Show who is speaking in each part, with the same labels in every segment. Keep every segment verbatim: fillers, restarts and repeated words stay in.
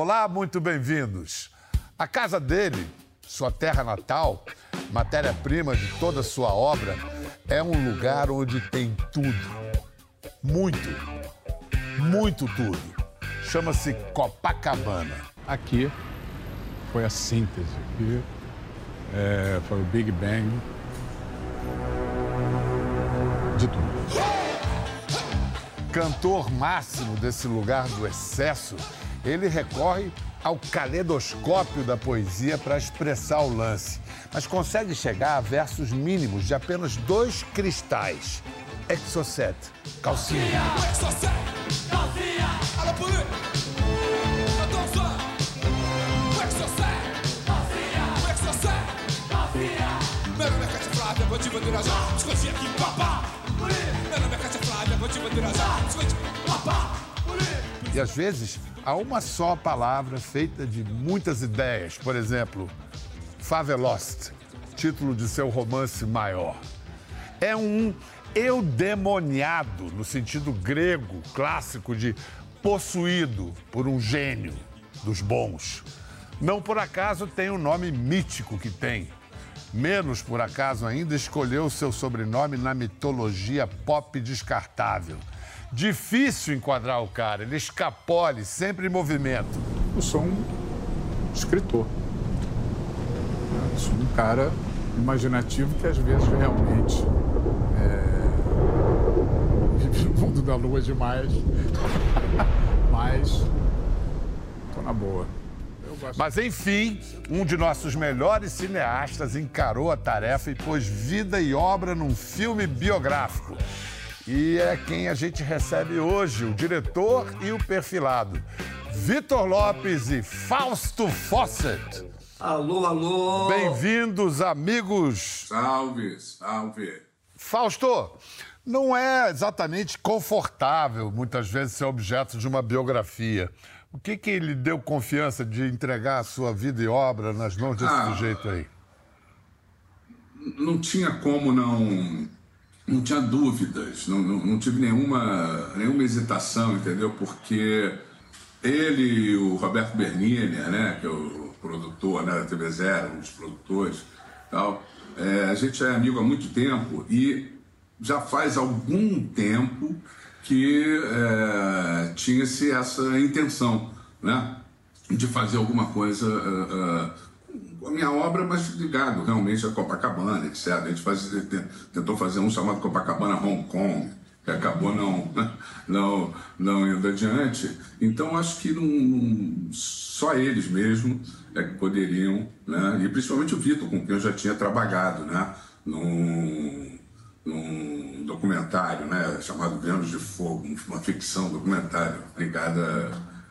Speaker 1: Olá, muito bem-vindos. A casa dele, sua terra natal, matéria-prima de toda a sua obra, é um lugar onde tem tudo. Muito, muito tudo. Chama-se Copacabana.
Speaker 2: Aqui foi a síntese, aqui é, foi o Big Bang de tudo.
Speaker 1: Cantor máximo desse lugar do excesso, ele recorre ao caleidoscópio da poesia para expressar o lance, mas consegue chegar a versos mínimos de apenas dois cristais. Exocet, calcinha. E às vezes há uma só palavra feita de muitas ideias. Por exemplo, Favelost, título de seu romance maior. É um eudemoniado, no sentido grego clássico de possuído por um gênio dos bons. Não por acaso tem o nome mítico que tem. Menos por acaso ainda escolheu seu sobrenome na mitologia pop descartável. Difícil enquadrar o cara, ele escapole, sempre em movimento.
Speaker 2: Eu sou um escritor. Eu sou um cara imaginativo que às vezes realmente é... vive no mundo da lua demais. Mas tô na boa.
Speaker 1: Mas, enfim, um de nossos melhores cineastas encarou a tarefa e pôs vida e obra num filme biográfico. E é quem a gente recebe hoje, o diretor e o perfilado. Vitor Lopes e Fausto Fawcett.
Speaker 3: Alô, alô!
Speaker 1: Bem-vindos, amigos!
Speaker 4: Salve, salve!
Speaker 1: Fausto, não é exatamente confortável, muitas vezes, ser objeto de uma biografia. O que que lhe deu confiança de entregar a sua vida e obra nas mãos desse ah, sujeito aí?
Speaker 4: Não tinha como não... Não tinha dúvidas, não, não, não tive nenhuma, nenhuma hesitação, entendeu? Porque ele e o Roberto Bernini, né, que é o produtor, né, da T V Zero, um dos produtores, tal, é, a gente é amigo há muito tempo e já faz algum tempo que é, tinha-se essa intenção, né, de fazer alguma coisa uh, uh, com a minha obra, mas ligado realmente a Copacabana, etcétera. A gente faz, tentou fazer um chamado Copacabana Hong Kong, que acabou não, não, não indo adiante. Então, acho que não, só eles mesmo é que poderiam, né, e principalmente o Vitor, com quem eu já tinha trabalhado, né, num, num documentário, né, chamado Vênus de Fogo, uma ficção documentário ligada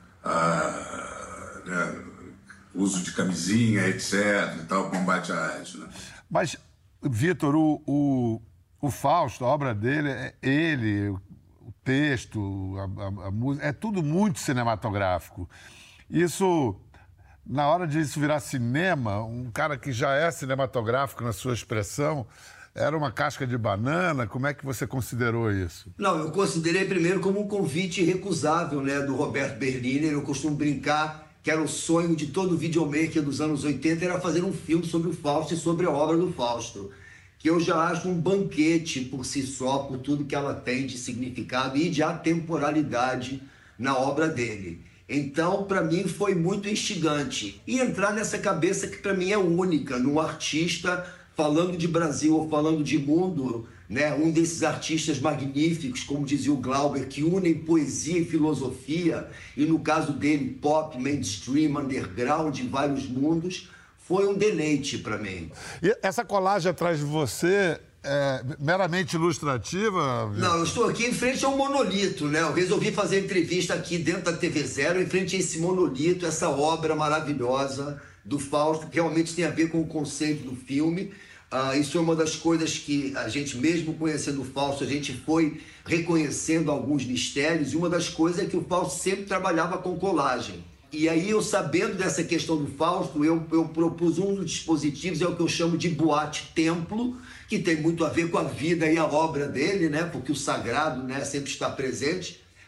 Speaker 4: a... Né, uso de camisinha, etcétera, e tal, combate à AIDS, né?
Speaker 1: Mas, Vitor, o, o, o Fausto, a obra dele, é ele, o texto, a, a, a música, é tudo muito cinematográfico. Isso, na hora de isso virar cinema, um cara que já é cinematográfico na sua expressão, era uma casca de banana? Como é que você considerou isso?
Speaker 3: Não, eu considerei primeiro como um convite irrecusável, né, do Roberto Bernini. Eu costumo brincar que era o sonho de todo videomaker dos anos oitenta, era fazer um filme sobre o Fausto e sobre a obra do Fausto, que eu já acho um banquete por si só, por tudo que ela tem de significado e de atemporalidade na obra dele. Então, para mim, foi muito instigante. E entrar nessa cabeça que, para mim, é única, num artista falando de Brasil ou falando de mundo, né? Um desses artistas magníficos, como dizia o Glauber, que unem poesia e filosofia, e no caso dele, pop, mainstream, underground, vários mundos, foi um deleite para mim.
Speaker 1: E essa colagem atrás de você é meramente ilustrativa?
Speaker 3: Não, eu estou aqui em frente a um monolito, né? Eu resolvi fazer entrevista aqui dentro da T V Zero, em frente a esse monolito, essa obra maravilhosa do Fausto, que realmente tem a ver com o conceito do filme. Uh, isso é uma das coisas que a gente, mesmo conhecendo o Fausto, a gente foi reconhecendo alguns mistérios, e uma das coisas é que o Fausto sempre trabalhava com colagem. E aí, eu sabendo dessa questão do Fausto, eu, eu propus um dos dispositivos, é o que eu chamo de boate-templo, que tem muito a ver com a vida e a obra dele, né? Porque o sagrado, né, sempre está presente.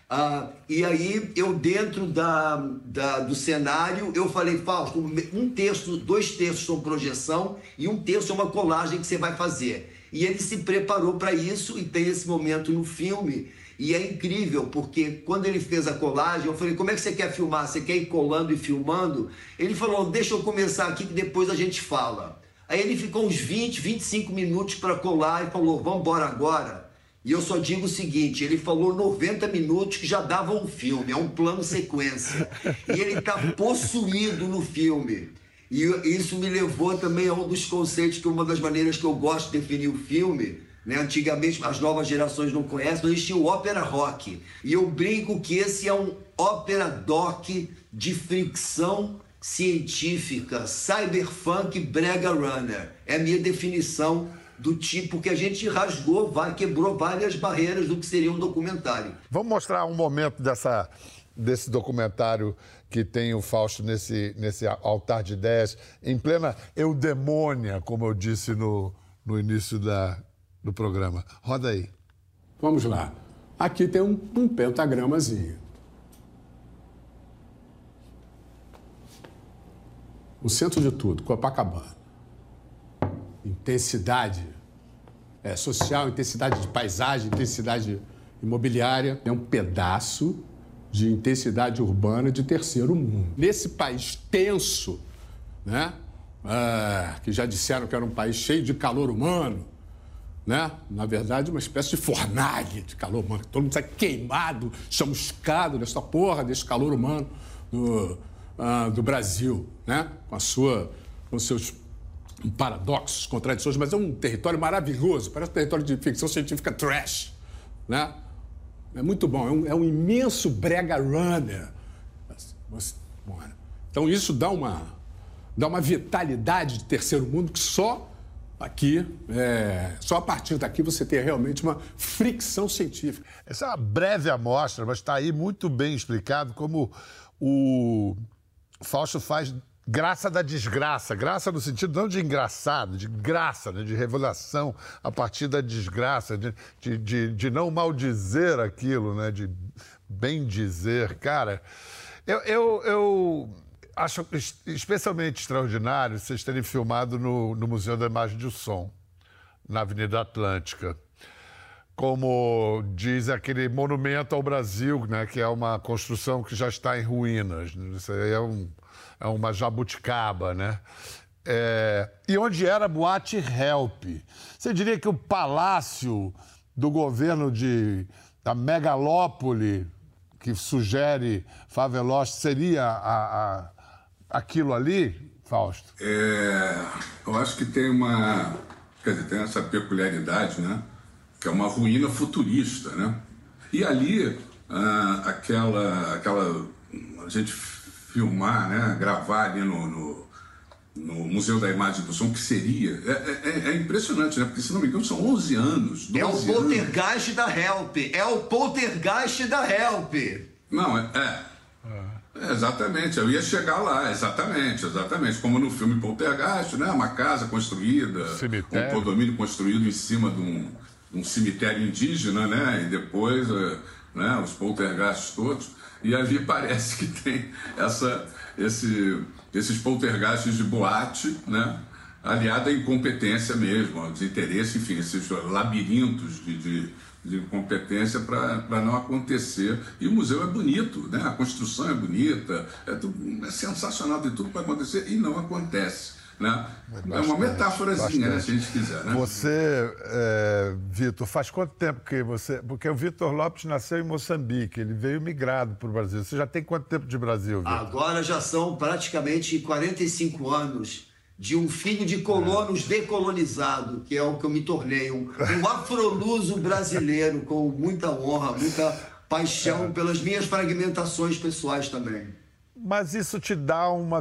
Speaker 3: Ah, e aí, eu dentro da, da, do cenário, eu falei, Fausto, um terço, dois terços são projeção e um terço é uma colagem que você vai fazer. E ele se preparou para isso e tem esse momento no filme. E é incrível, porque quando ele fez a colagem, eu falei, como é que você quer filmar? Você quer ir colando e filmando? Ele falou, deixa eu começar aqui que depois a gente fala. Aí ele ficou uns vinte, vinte e cinco minutos para colar e falou, vamos embora agora. E eu só digo o seguinte, ele falou noventa minutos que já dava um filme, é um plano sequência. E ele está possuído no filme. E isso me levou também a um dos conceitos, que uma das maneiras que eu gosto de definir o filme, né? Antigamente, as novas gerações não conhecem, mas existia o ópera rock. E eu brinco que esse é um ópera doc de fricção científica, cyberpunk brega runner. É a minha definição do tipo que a gente rasgou, vai, quebrou várias barreiras do que seria um documentário.
Speaker 1: Vamos mostrar um momento dessa, desse documentário que tem o Fausto nesse, nesse altar de ideias, em plena eudemônia, como eu disse no, no início da, do programa. Roda aí.
Speaker 2: Vamos lá. Aqui tem um, um pentagramazinho. O centro de tudo, Copacabana. Intensidade é, social, intensidade de paisagem, intensidade imobiliária. É um pedaço de intensidade urbana de terceiro mundo. Nesse país tenso, né? Ah, que já disseram que era um país cheio de calor humano, né? Na verdade, uma espécie de fornalha de calor humano. Todo mundo sai queimado, chamuscado dessa porra, desse calor humano do, ah, do Brasil, né? Com a sua, com os seus paradoxos, contradições, mas é um território maravilhoso, parece um território de ficção científica trash, né? É muito bom, é um, é um imenso brega runner. Então isso dá uma, dá uma vitalidade de terceiro mundo que só aqui, é, só a partir daqui você tem realmente uma fricção científica.
Speaker 1: Essa é uma breve amostra, mas está aí muito bem explicado como o Fausto faz graça da desgraça, graça no sentido não de engraçado, de graça, né? De revelação a partir da desgraça, de, de, de, de não maldizer aquilo, né? De bem dizer. Cara, eu, eu, eu acho especialmente extraordinário vocês terem filmado no, no Museu da Imagem e do Som, na Avenida Atlântica. Como diz aquele monumento ao Brasil, né? Que é uma construção que já está em ruínas. Isso aí é um... é uma jabuticaba, né? É... E onde era a Boate Help? Você diria que o palácio do governo de... da megalópole que sugere Faveloste seria a, a... aquilo ali, Fausto?
Speaker 4: É... Eu acho que tem uma... Quer dizer, tem essa peculiaridade, né? Que é uma ruína futurista, né? E ali, ah, aquela... aquela... a gente... filmar, né, gravar ali no, no, no Museu da Imagem e do Som, que seria... É, é, é impressionante, né? Porque, se não me engano, são onze anos.
Speaker 3: É o poltergeist da Help. É o poltergeist da Help.
Speaker 4: Não, é, é. É, exatamente. Eu ia chegar lá, exatamente, exatamente. Como no filme Poltergeist, né? Uma casa construída,
Speaker 1: cemitério.
Speaker 4: Um condomínio construído em cima de um, um cemitério indígena, né? E depois, né, os poltergeists todos. E ali parece que tem essa, esse, esses poltergeists de boate, né? Aliada à incompetência mesmo, ao desinteresse, enfim, esses labirintos de, de, de incompetência para não acontecer. E o museu é bonito, né? A construção é bonita, é, tudo, é sensacional de tudo para acontecer e não acontece. Né? Bastante, é uma metáforazinha, né, se a gente quiser. Né?
Speaker 1: Você, é, Vitor, faz quanto tempo que você... Porque o Vitor Lopes nasceu em Moçambique, ele veio migrado para o Brasil. Você já tem quanto tempo de Brasil, Vitor?
Speaker 3: Agora já são praticamente quarenta e cinco anos de um filho de colonos é. decolonizado, que é o que eu me tornei, um, um afroluso brasileiro com muita honra, muita paixão é. pelas minhas fragmentações pessoais também.
Speaker 1: Mas isso te dá uma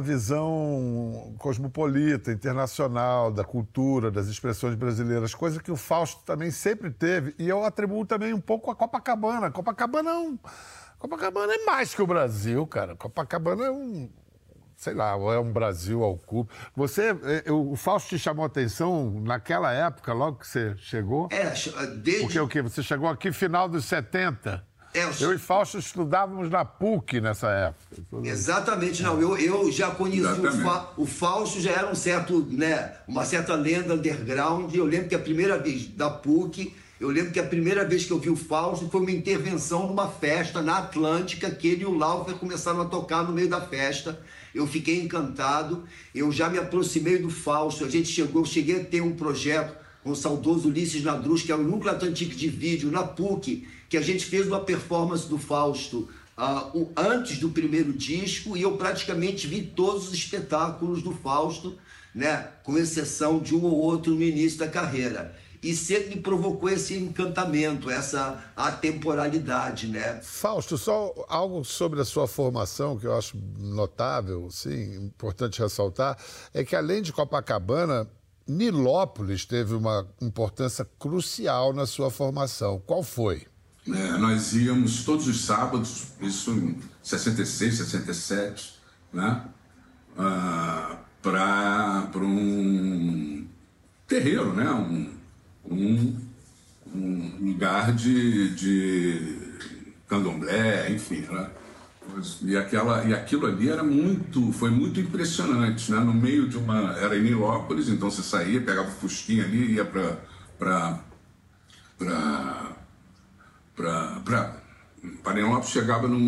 Speaker 1: visão cosmopolita, internacional, da cultura, das expressões brasileiras, coisa que o Fausto também sempre teve. E eu atribuo também um pouco a Copacabana. Copacabana é, um... Copacabana é mais que o Brasil, cara. Copacabana é um... sei lá, é um Brasil ao cubo. Você, eu, o Fausto te chamou a atenção naquela época, logo que você chegou?
Speaker 3: É, desde...
Speaker 1: Porque o quê? Você chegou aqui final dos setenta?
Speaker 3: É,
Speaker 1: eu e Fausto estudávamos na P U C nessa época.
Speaker 3: Exatamente, não. Eu, eu já conheci o, Fa, o Fausto, já era um certo, né, uma certa lenda underground. Eu lembro que a primeira vez da P U C, eu lembro que a primeira vez que eu vi o Fausto foi uma intervenção numa festa na Atlântica, que ele e o Laufer começaram a tocar no meio da festa. Eu fiquei encantado, eu já me aproximei do Fausto, a gente chegou, eu cheguei a ter um projeto com o saudoso Ulisses Nadruz, que era o Núcleo Atlântico de Vídeo, na P U C, que a gente fez uma performance do Fausto uh, o, antes do primeiro disco, e eu praticamente vi todos os espetáculos do Fausto, né, com exceção de um ou outro no início da carreira. E sempre me provocou esse encantamento, essa atemporalidade, né?
Speaker 1: Fausto, só algo sobre a sua formação que eu acho notável, sim, importante ressaltar, é que além de Copacabana, Nilópolis teve uma importância crucial na sua formação. Qual foi?
Speaker 4: É, nós íamos todos os sábados, isso em sessenta e seis, sessenta e sete, né? Ah, para um terreiro, né? Um, um, um lugar de, de candomblé, enfim, né? E, aquela, e aquilo ali era muito, foi muito impressionante, né? No meio de uma... Era em Nilópolis, então você saía, pegava o fusquinha ali, ia para... para para para para Nilópolis, chegava num,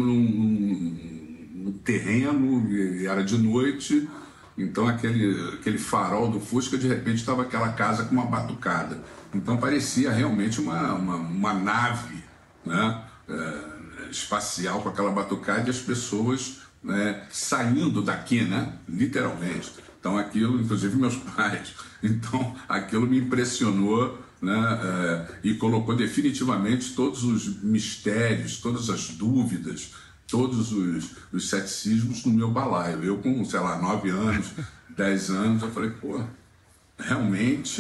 Speaker 4: num, num terreno, e era de noite, então aquele, aquele farol do Fusca, de repente estava aquela casa com uma batucada. Então parecia realmente uma, uma, uma nave, né? É, espacial com aquela batucada e as pessoas, né, saindo daqui, né, literalmente. Então aquilo, inclusive meus pais, então aquilo me impressionou, né, é, e colocou definitivamente todos os mistérios, todas as dúvidas, todos os, os ceticismos no meu balaio. Eu com, sei lá, nove anos, dez anos, eu falei, pô, realmente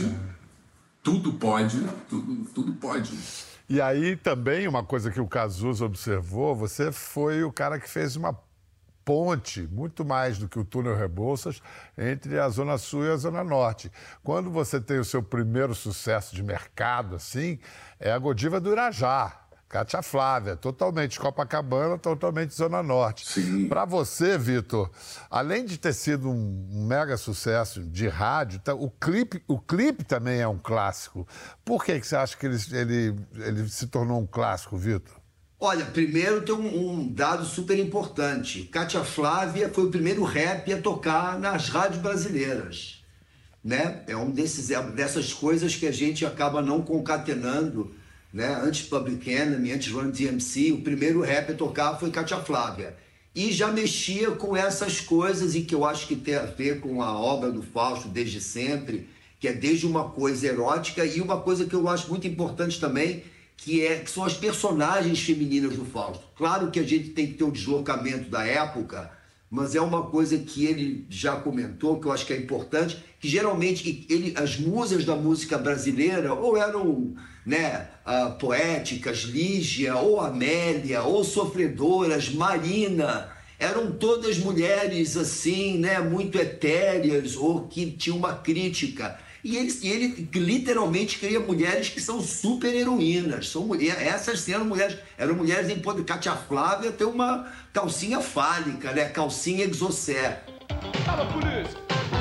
Speaker 4: tudo pode, tudo, tudo pode.
Speaker 1: E aí também, uma coisa que o Cazuza observou, você foi o cara que fez uma ponte, muito mais do que o túnel Rebouças, entre a Zona Sul e a Zona Norte. Quando você tem o seu primeiro sucesso de mercado, assim, é a Godiva do Irajá, Cátia Flávia, totalmente Copacabana, totalmente Zona Norte. Para você, Vitor, além de ter sido um mega sucesso de rádio, o clipe, o clipe também é um clássico. Por que, que você acha que ele, ele, ele se tornou um clássico, Vitor?
Speaker 3: Olha, primeiro tem um, um dado super importante. Cátia Flávia foi o primeiro rap a tocar nas rádios brasileiras, né? É um desses, é dessas coisas que a gente acaba não concatenando, né? Antes Public Enemy, antes Run D M C, o primeiro rap a tocar foi Cátia Flávia. E já mexia com essas coisas, e que eu acho que tem a ver com a obra do Fausto desde sempre, que é desde uma coisa erótica e uma coisa que eu acho muito importante também, que, é, que são as personagens femininas do Fausto. Claro que a gente tem que ter o deslocamento da época, mas é uma coisa que ele já comentou, que eu acho que é importante, que geralmente ele, as musas da música brasileira ou eram, né, uh, poéticas, Lígia, ou Amélia, ou sofredoras, Marina, eram todas mulheres assim, né, muito etéreas, ou que tinham uma crítica. E ele, ele literalmente cria mulheres que são super heroínas. São mulheres, essas eram mulheres, eram mulheres em poder. Cátia Flávia tem uma calcinha fálica, né? Calcinha exocé.
Speaker 5: Alô, polícia!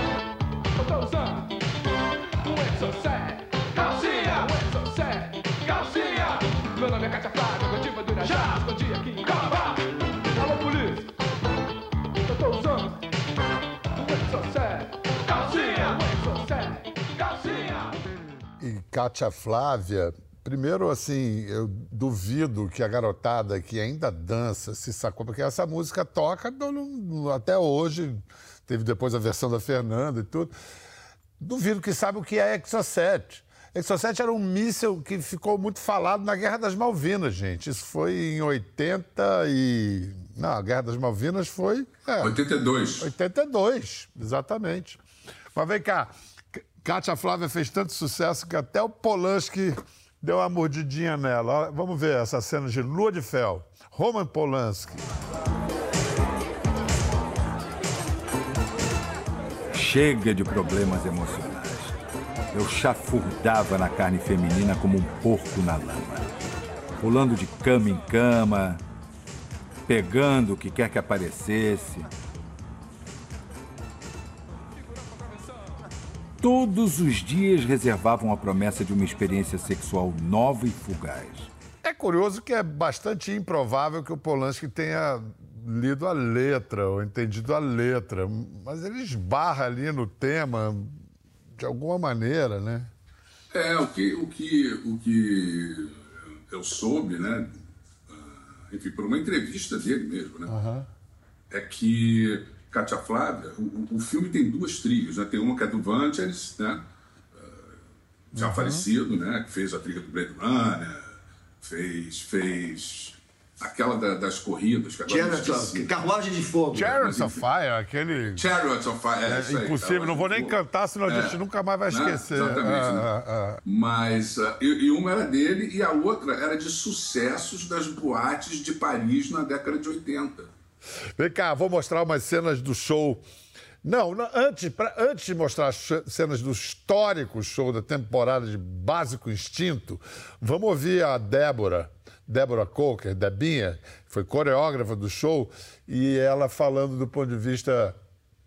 Speaker 5: Eu tô usando um exocé. Calcinha! Um exocé. Calcinha! Meu nome é Cátia Flávia, Godiva do Irajá, escondi aqui em Caba. Alô, polícia! Eu tô usando um exocé. Calcinha! Um exocé.
Speaker 1: E Cátia Flávia, primeiro, assim, eu duvido que a garotada que ainda dança se sacou, porque essa música toca até hoje, teve depois a versão da Fernanda e tudo. Duvido que sabe o que é Exocet. Exocet era um míssil que ficou muito falado na Guerra das Malvinas, gente. Isso foi em oitenta e... Não, a Guerra das Malvinas foi... É,
Speaker 4: oitenta e dois.
Speaker 1: oitenta e dois, exatamente. Mas vem cá, Cátia Flávia fez tanto sucesso que até o Polanski deu uma mordidinha nela. Vamos ver essa cena de Lua de Fel. Roman Polanski.
Speaker 6: Chega de problemas emocionais. Eu chafurdava na carne feminina como um porco na lama. pulando de cama em cama, pegando o que quer que aparecesse. Todos os dias reservavam a promessa de uma experiência sexual nova e fugaz.
Speaker 1: É curioso que é bastante improvável que o Polanski tenha lido a letra ou entendido a letra, mas ele esbarra ali no tema de alguma maneira, né?
Speaker 4: É, o que, o que, o que eu soube, né, enfim, por uma entrevista dele mesmo, né, uhum. é que Cátia Flávia, o, o filme tem duas trilhas, né, tem uma que é do Vangelis, né, já uhum. falecido, né, que fez a trilha do Blade Runner, fez, fez aquela da, das corridas. Que
Speaker 3: Chariots of, Carruagem de Fogo.
Speaker 1: Chariots of Fire, aquele...
Speaker 4: Chariots of Fire, é, é isso aí.
Speaker 1: Impossível, não vou nem cantar, senão a gente é, nunca mais vai esquecer.
Speaker 4: Né? Exatamente. Ah, né? ah, ah. Mas, uh, e, e uma era dele e a outra era de sucessos das boates de Paris na década de oitenta.
Speaker 1: Vem cá, vou mostrar umas cenas do show. Não, não antes, pra, antes de mostrar as cenas do histórico show da temporada de Básico Instinto, vamos ouvir a Débora, Débora Coker, Debinha, foi coreógrafa do show, e ela falando do ponto de vista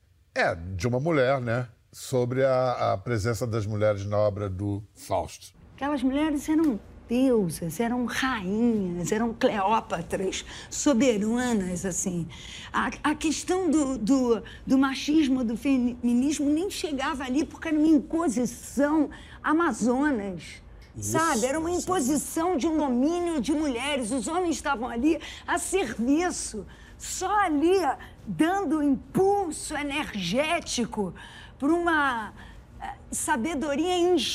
Speaker 1: é, de uma mulher, né? Sobre a, a presença das mulheres na obra do Fausto.
Speaker 7: Aquelas mulheres eram deusas, eram rainhas, eram Cleópatras, soberanas, assim. A, a questão do, do, do machismo, do feminismo, nem chegava ali porque era uma imposição amazonas. Isso, sabe? Era uma imposição de um domínio de mulheres. Os homens estavam ali a serviço, só ali dando impulso energético para uma sabedoria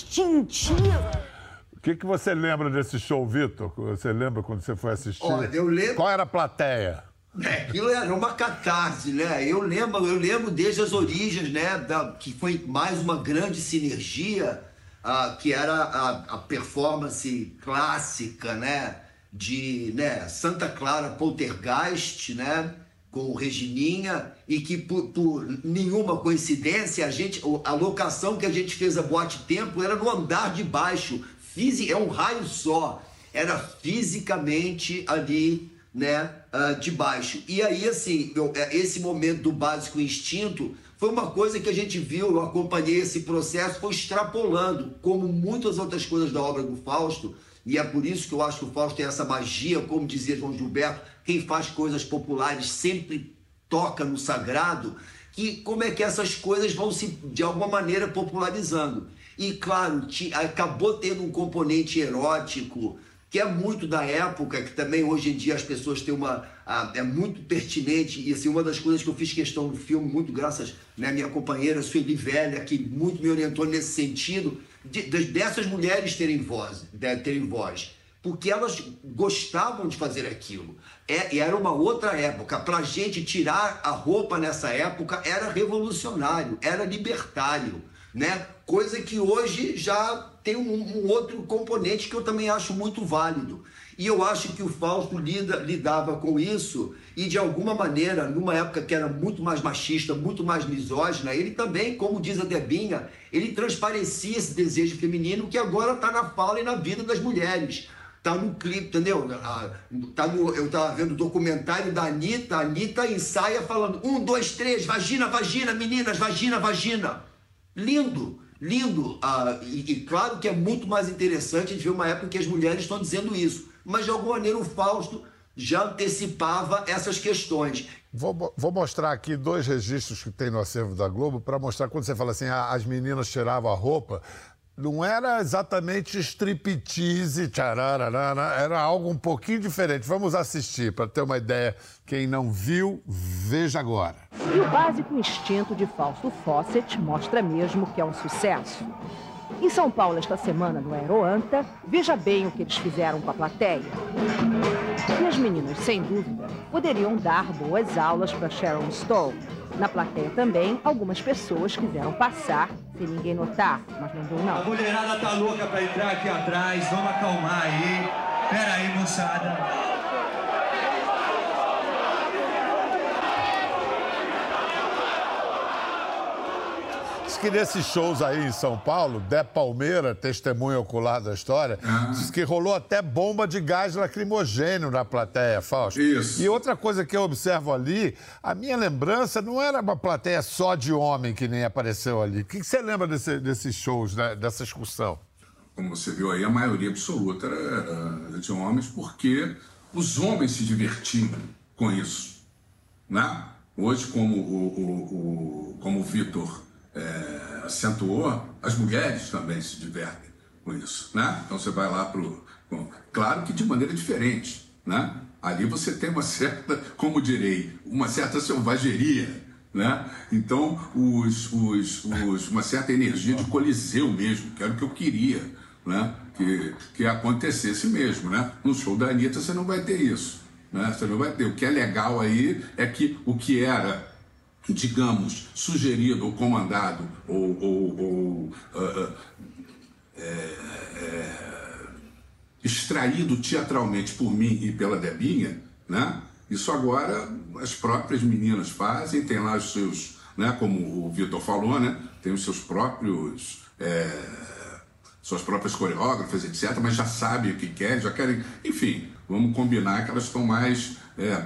Speaker 7: instintiva.
Speaker 1: O que, que você lembra desse show, Vitor? Você lembra quando você foi assistir?
Speaker 3: Olha, eu lembro...
Speaker 1: Qual era a plateia?
Speaker 3: É, aquilo era uma catarse, né? Eu lembro, eu lembro desde as origens, né? Da, que foi mais uma grande sinergia... Uh, que era a, a performance clássica, né, de né, Santa Clara Poltergeist, né, com o Regininha, e que por, por nenhuma coincidência a gente, a locação que a gente fez a Boate Tempo era no andar de baixo, Fisi, é um raio só, era fisicamente ali, né, uh, de baixo. E aí, assim, eu, esse momento do Básico Instinto foi uma coisa que a gente viu, eu acompanhei esse processo, foi extrapolando, como muitas outras coisas da obra do Fausto, e é por isso que eu acho que o Fausto tem essa magia, como dizia João Gilberto, quem faz coisas populares sempre toca no sagrado, que como é que essas coisas vão se, de alguma maneira, popularizando. E, claro, te, acabou tendo um componente erótico, que é muito da época, que também hoje em dia as pessoas têm uma... A, é muito pertinente, e assim, uma das coisas que eu fiz questão no filme, muito graças à né, minha companheira Sueli Velha, que muito me orientou nesse sentido, de, de, dessas mulheres terem voz, de, terem voz, porque elas gostavam de fazer aquilo. É, e era uma outra época. Para a gente tirar a roupa nessa época era revolucionário, era libertário, né? Coisa que hoje já tem um, um outro componente que eu também acho muito válido. E eu acho que o Fausto lida, lidava com isso e, de alguma maneira, numa época que era muito mais machista, muito mais misógina, ele também, como diz a Debinha, ele transparecia esse desejo feminino que agora está na fala e na vida das mulheres. Está no clipe, entendeu? Tá no, eu estava vendo o documentário da Anitta, a Anitta ensaia falando um, dois, três, vagina, vagina, meninas, vagina, vagina. Lindo. Lindo, ah, e, e claro que é muito mais interessante a gente ver uma época em que as mulheres estão dizendo isso, mas de alguma maneira o Fausto já antecipava essas questões.
Speaker 1: Vou, vou mostrar aqui dois registros que tem no acervo da Globo para mostrar quando você fala assim, ah, as meninas tiravam a roupa, não era exatamente striptease, tchararana, era algo um pouquinho diferente. Vamos assistir para ter uma ideia. Quem não viu, veja agora.
Speaker 8: E o Básico Instinto de Fausto Fawcett mostra mesmo que é um sucesso. Em São Paulo, esta semana, no Aeroanta, veja bem o que eles fizeram com a plateia. E as meninas, sem dúvida, poderiam dar boas aulas para Sharon Stone. Na plateia também, algumas pessoas quiseram passar sem ninguém notar, mas não deu não.
Speaker 9: A mulherada tá louca para entrar aqui atrás, vamos acalmar aí. Pera aí, moçada.
Speaker 1: que nesses shows aí em São Paulo, Dé Palmeira, testemunha ocular da história, ah. diz que rolou até bomba de gás lacrimogênio na plateia, Fausto.
Speaker 4: Isso.
Speaker 1: E outra coisa que eu observo ali, a minha lembrança não era uma plateia só de homem que nem apareceu ali. O que você lembra desse, desses shows, né, dessa excursão?
Speaker 4: Como você viu aí, a maioria absoluta era, era de homens, porque os homens se divertiam com isso, né? Hoje, como o, o, o, como o Vitor é, acentuou, as mulheres também se divertem com isso, né? Então você vai lá pro... Claro que de maneira diferente, né? Ali você tem uma certa, como direi, uma certa selvageria, né? Então, os, os, os, uma certa energia de coliseu mesmo, que era o que eu queria, né? que, que acontecesse mesmo, né? No show da Anitta você não vai ter isso, né? Você não vai ter. O que é legal aí é que o que era, digamos, sugerido ou comandado ou, ou, ou uh, uh, é, é, extraído teatralmente por mim e pela Debinha, né? Isso agora as próprias meninas fazem, tem lá os seus, né? Como o Vitor falou, né? Tem os seus próprios é, suas próprias coreógrafas, etcétera, mas já sabem o que querem, já querem... Enfim, vamos combinar que elas estão mais é,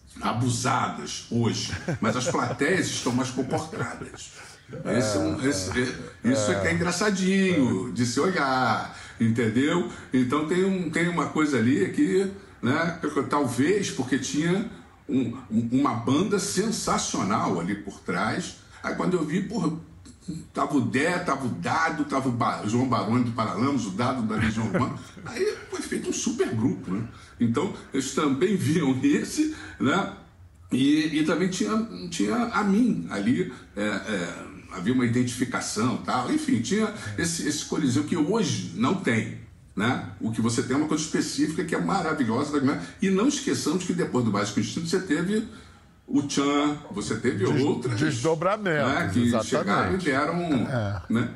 Speaker 4: abusadas hoje, mas as plateias estão mais comportadas. Esse é um, esse, isso é que é engraçadinho de se olhar, entendeu? Então tem, um, tem uma coisa ali que, né, talvez porque tinha um, uma banda sensacional ali por trás. Aí quando eu vi, porra, tava o Dé, tava o Dado, tava o ba João Baroni do Paralamas, o Dado da Legião Urbana. Aí foi feito um super grupo, né? Então eles também viam esse, né? E, e também tinha, tinha a mim ali, é, é, havia uma identificação e tal, enfim, tinha esse, esse coliseu que hoje não tem, né? O que você tem é uma coisa específica que é maravilhosa, né? E não esqueçamos que depois do Básico Instinto você teve o Tchan, você teve Des, outras...
Speaker 1: Desdobramentos,
Speaker 4: né, que
Speaker 1: exatamente.
Speaker 4: chegaram e deram... É. Né,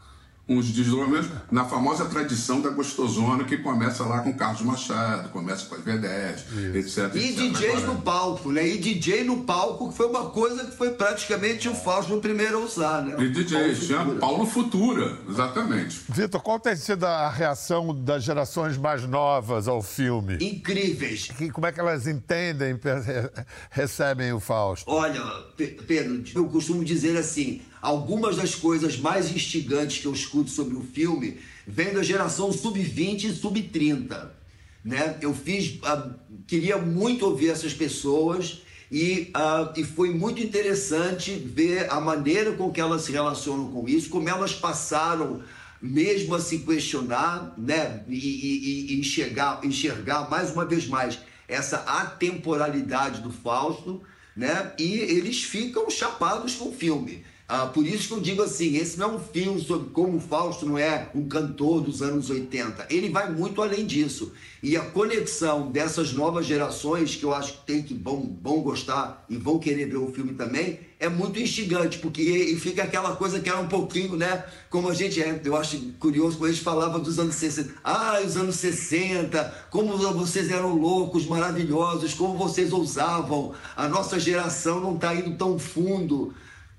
Speaker 4: uns desdobramentos na famosa tradição da gostosona que começa lá com Carlos Machado, começa com as Vedettes, etcétera.
Speaker 3: E D Js Agora... no palco, né? E D J no palco, que foi uma coisa que foi praticamente o Fausto no primeiro a usar, né?
Speaker 4: E D Js, tinha Paulo Futura, exatamente.
Speaker 1: Vitor, qual tem sido a reação das gerações mais novas ao filme?
Speaker 3: Incríveis.
Speaker 1: Que, como é que elas entendem, recebem o Fausto?
Speaker 3: Olha, Pedro, eu costumo dizer assim, algumas das coisas mais instigantes que eu escuto sobre o filme vêm da geração sub vinte e sub trinta, né? Eu fiz, uh, queria muito ouvir essas pessoas e, uh, e foi muito interessante ver a maneira com que elas se relacionam com isso, como elas passaram mesmo a se questionar, né? E, e, e enxergar, enxergar mais uma vez mais essa atemporalidade do Fausto, né? E eles ficam chapados com o filme. Ah, por isso que eu digo assim, esse não é um filme sobre como o Fausto não é um cantor dos anos oitenta. Ele vai muito além disso. E a conexão dessas novas gerações, que eu acho que tem que vão, vão gostar e vão querer ver o filme também, é muito instigante, porque e fica aquela coisa que era um pouquinho, né? Como a gente é, eu acho curioso quando a gente falava dos anos sessenta. Ah, os anos sessenta, como vocês eram loucos, maravilhosos, como vocês ousavam. A nossa geração não está indo tão fundo.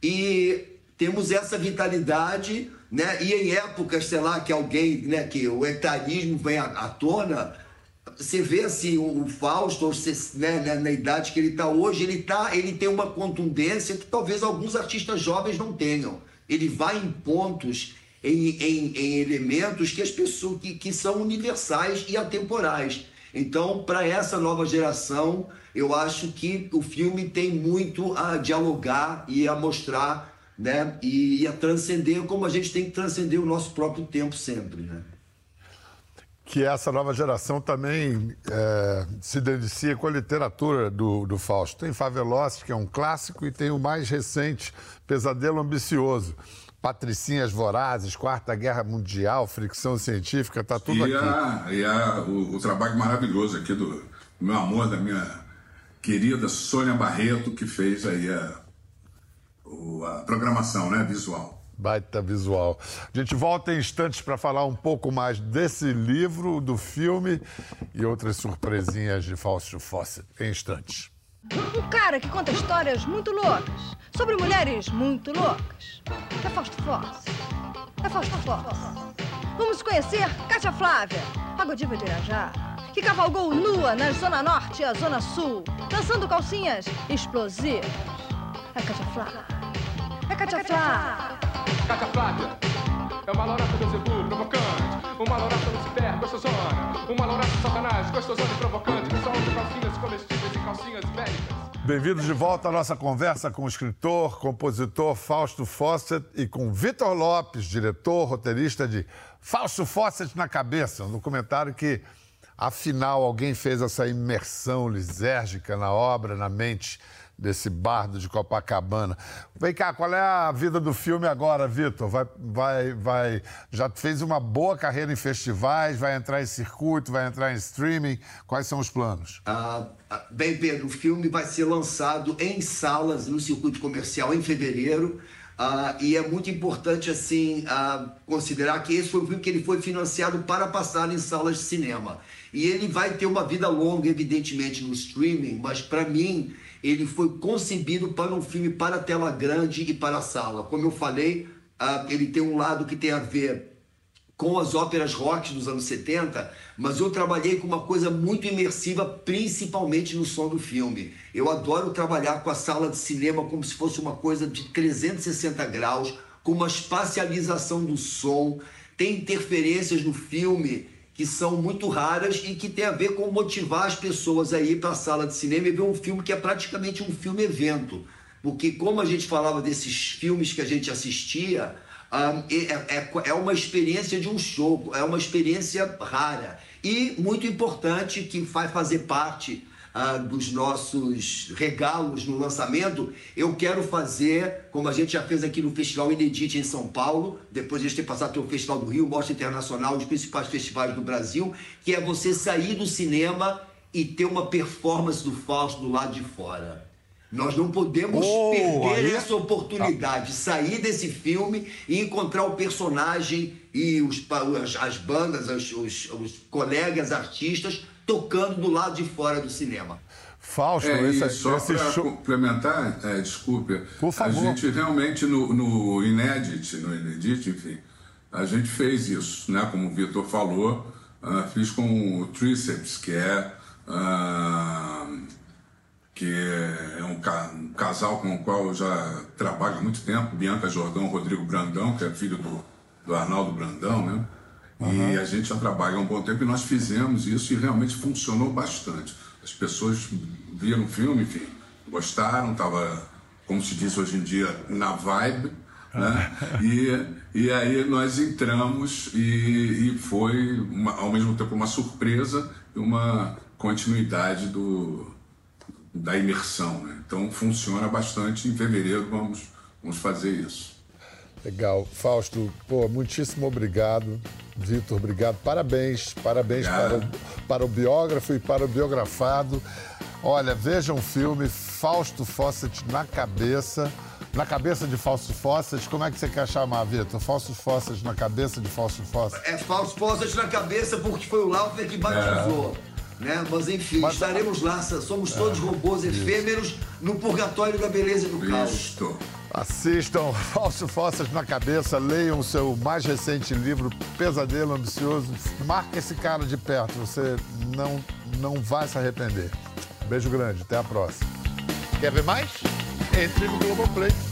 Speaker 3: E temos essa vitalidade, né? E em épocas, sei lá, que alguém, né, que o etarismo vem à, à tona, você vê assim, o, o Fausto, né, na, na idade que ele está hoje, ele, tá, ele tem uma contundência que talvez alguns artistas jovens não tenham. Ele vai em pontos, em, em, em elementos que as pessoas que, que são universais e atemporais. Então, para essa nova geração, eu acho que o filme tem muito a dialogar e a mostrar, né? E, e a transcender como a gente tem que transcender o nosso próprio tempo sempre, né?
Speaker 1: Que essa nova geração também é, se delicia com a literatura do, do Fausto. Tem Faveloste, que é um clássico, e tem o mais recente, Pesadelo Ambicioso. Patricinhas Vorazes, Quarta Guerra Mundial, Fricção Científica, tá tudo
Speaker 4: e
Speaker 1: aqui.
Speaker 4: A, e a, o, o trabalho maravilhoso aqui do, do meu amor, da minha querida Sônia Barreto, que fez aí a, o, a programação, né, visual.
Speaker 1: Baita visual. A gente volta em instantes para falar um pouco mais desse livro, do filme e outras surpresinhas de Fausto Fawcett. Em instantes.
Speaker 8: Um cara que conta histórias muito loucas, sobre mulheres muito loucas. É Fausto Fosse. É Fausto Fosse. Vamos conhecer Cátia Flávia, a Godiva de Irajá, que cavalgou nua na Zona Norte e a Zona Sul, dançando calcinhas explosivas. É Cátia Flávia. É Cátia Flávia.
Speaker 5: Cátia Flávia é uma laurata Beelzebub provocante, uma laurata Lucifer gostosona, uma laurata Satanás gostosona e provocante, que só usa calcinhas comestíveis e calcinhas bélicas.
Speaker 1: Bem-vindos de volta à nossa conversa com o escritor, compositor Fausto Fawcett e com Vitor Lopes, diretor, roteirista de Fausto Fawcett na Cabeça, um documentário que, afinal, alguém fez essa imersão lisérgica na obra, na mente desse bardo de Copacabana. Vem cá, qual é a vida do filme agora, Vitor? Vai, vai, vai, já fez uma boa carreira em festivais, vai entrar em circuito, vai entrar em streaming. Quais são os planos?
Speaker 3: Ah, bem, Pedro, o filme vai ser lançado em salas no circuito comercial em fevereiro. Ah, e é muito importante, assim, ah, considerar que esse foi um filme que ele foi financiado para passar em salas de cinema. E ele vai ter uma vida longa, evidentemente, no streaming, mas, para mim, ele foi concebido para um filme para a tela grande e para a sala. Como eu falei, ah, ele tem um lado que tem a ver com as óperas rock dos anos setenta, mas eu trabalhei com uma coisa muito imersiva, principalmente no som do filme. Eu adoro trabalhar com a sala de cinema como se fosse uma coisa de trezentos e sessenta graus, com uma espacialização do som. Tem interferências no filme que são muito raras e que tem a ver com motivar as pessoas a ir para a sala de cinema e ver um filme que é praticamente um filme-evento. Porque como a gente falava desses filmes que a gente assistia, é, é, é uma experiência de um show, é uma experiência rara. E muito importante, que vai fazer parte ah, dos nossos regalos no lançamento, eu quero fazer, como a gente já fez aqui no Festival Inedite em São Paulo, depois de a gente ter passado pelo Festival do Rio, Mostra Internacional, os principais festivais do Brasil, que é você sair do cinema e ter uma performance do Fausto do lado de fora. Nós não podemos oh, perder aí... essa oportunidade de sair desse filme e encontrar o personagem e os, as, as bandas, os, os, os colegas artistas tocando do lado de fora do cinema.
Speaker 1: Fausto,
Speaker 4: é,
Speaker 1: esse,
Speaker 4: e só
Speaker 1: esse
Speaker 4: para
Speaker 1: show...
Speaker 4: complementar, é, desculpe,
Speaker 1: Por favor.
Speaker 4: A gente realmente no, no Inedit, no Inedit, enfim, a gente fez isso, né? Como o Vitor falou, uh, fiz com o Tríceps, que é... Uh, que é um, ca um casal com o qual eu já trabalho há muito tempo, Bianca Jordão, Rodrigo Brandão, que é filho do, do Arnaldo Brandão, né? Uhum. E a gente já trabalha há um bom tempo e nós fizemos isso e realmente funcionou bastante. As pessoas viram o filme, enfim, gostaram, estava, como se diz hoje em dia, na vibe, né? E, e aí nós entramos e, e foi, uma, ao mesmo tempo, uma surpresa e uma continuidade do... da imersão, né? Então funciona bastante. Em fevereiro vamos, vamos fazer isso.
Speaker 1: Legal. Fausto, pô, muitíssimo obrigado. Vitor, obrigado. Parabéns, parabéns para o, para o biógrafo e para o biografado. Olha, vejam o filme Fausto Fawcett na Cabeça. Na cabeça de Fausto Fawcett, como é que você quer chamar, Vitor? Fausto Fawcett na cabeça de Fausto Fawcett?
Speaker 3: É Fausto Fawcett na cabeça porque foi o Laufer que batizou. É. Né? Mas enfim, Mas, estaremos lá, somos todos é, robôs efêmeros isso. no purgatório da beleza e do caos.
Speaker 1: Assistam Fausto Fawcett na Cabeça, leiam o seu mais recente livro, Pesadelo Ambicioso. Marque esse cara de perto, você não, não vai se arrepender. Beijo grande, até a próxima. Quer ver mais? Entre no Globoplay.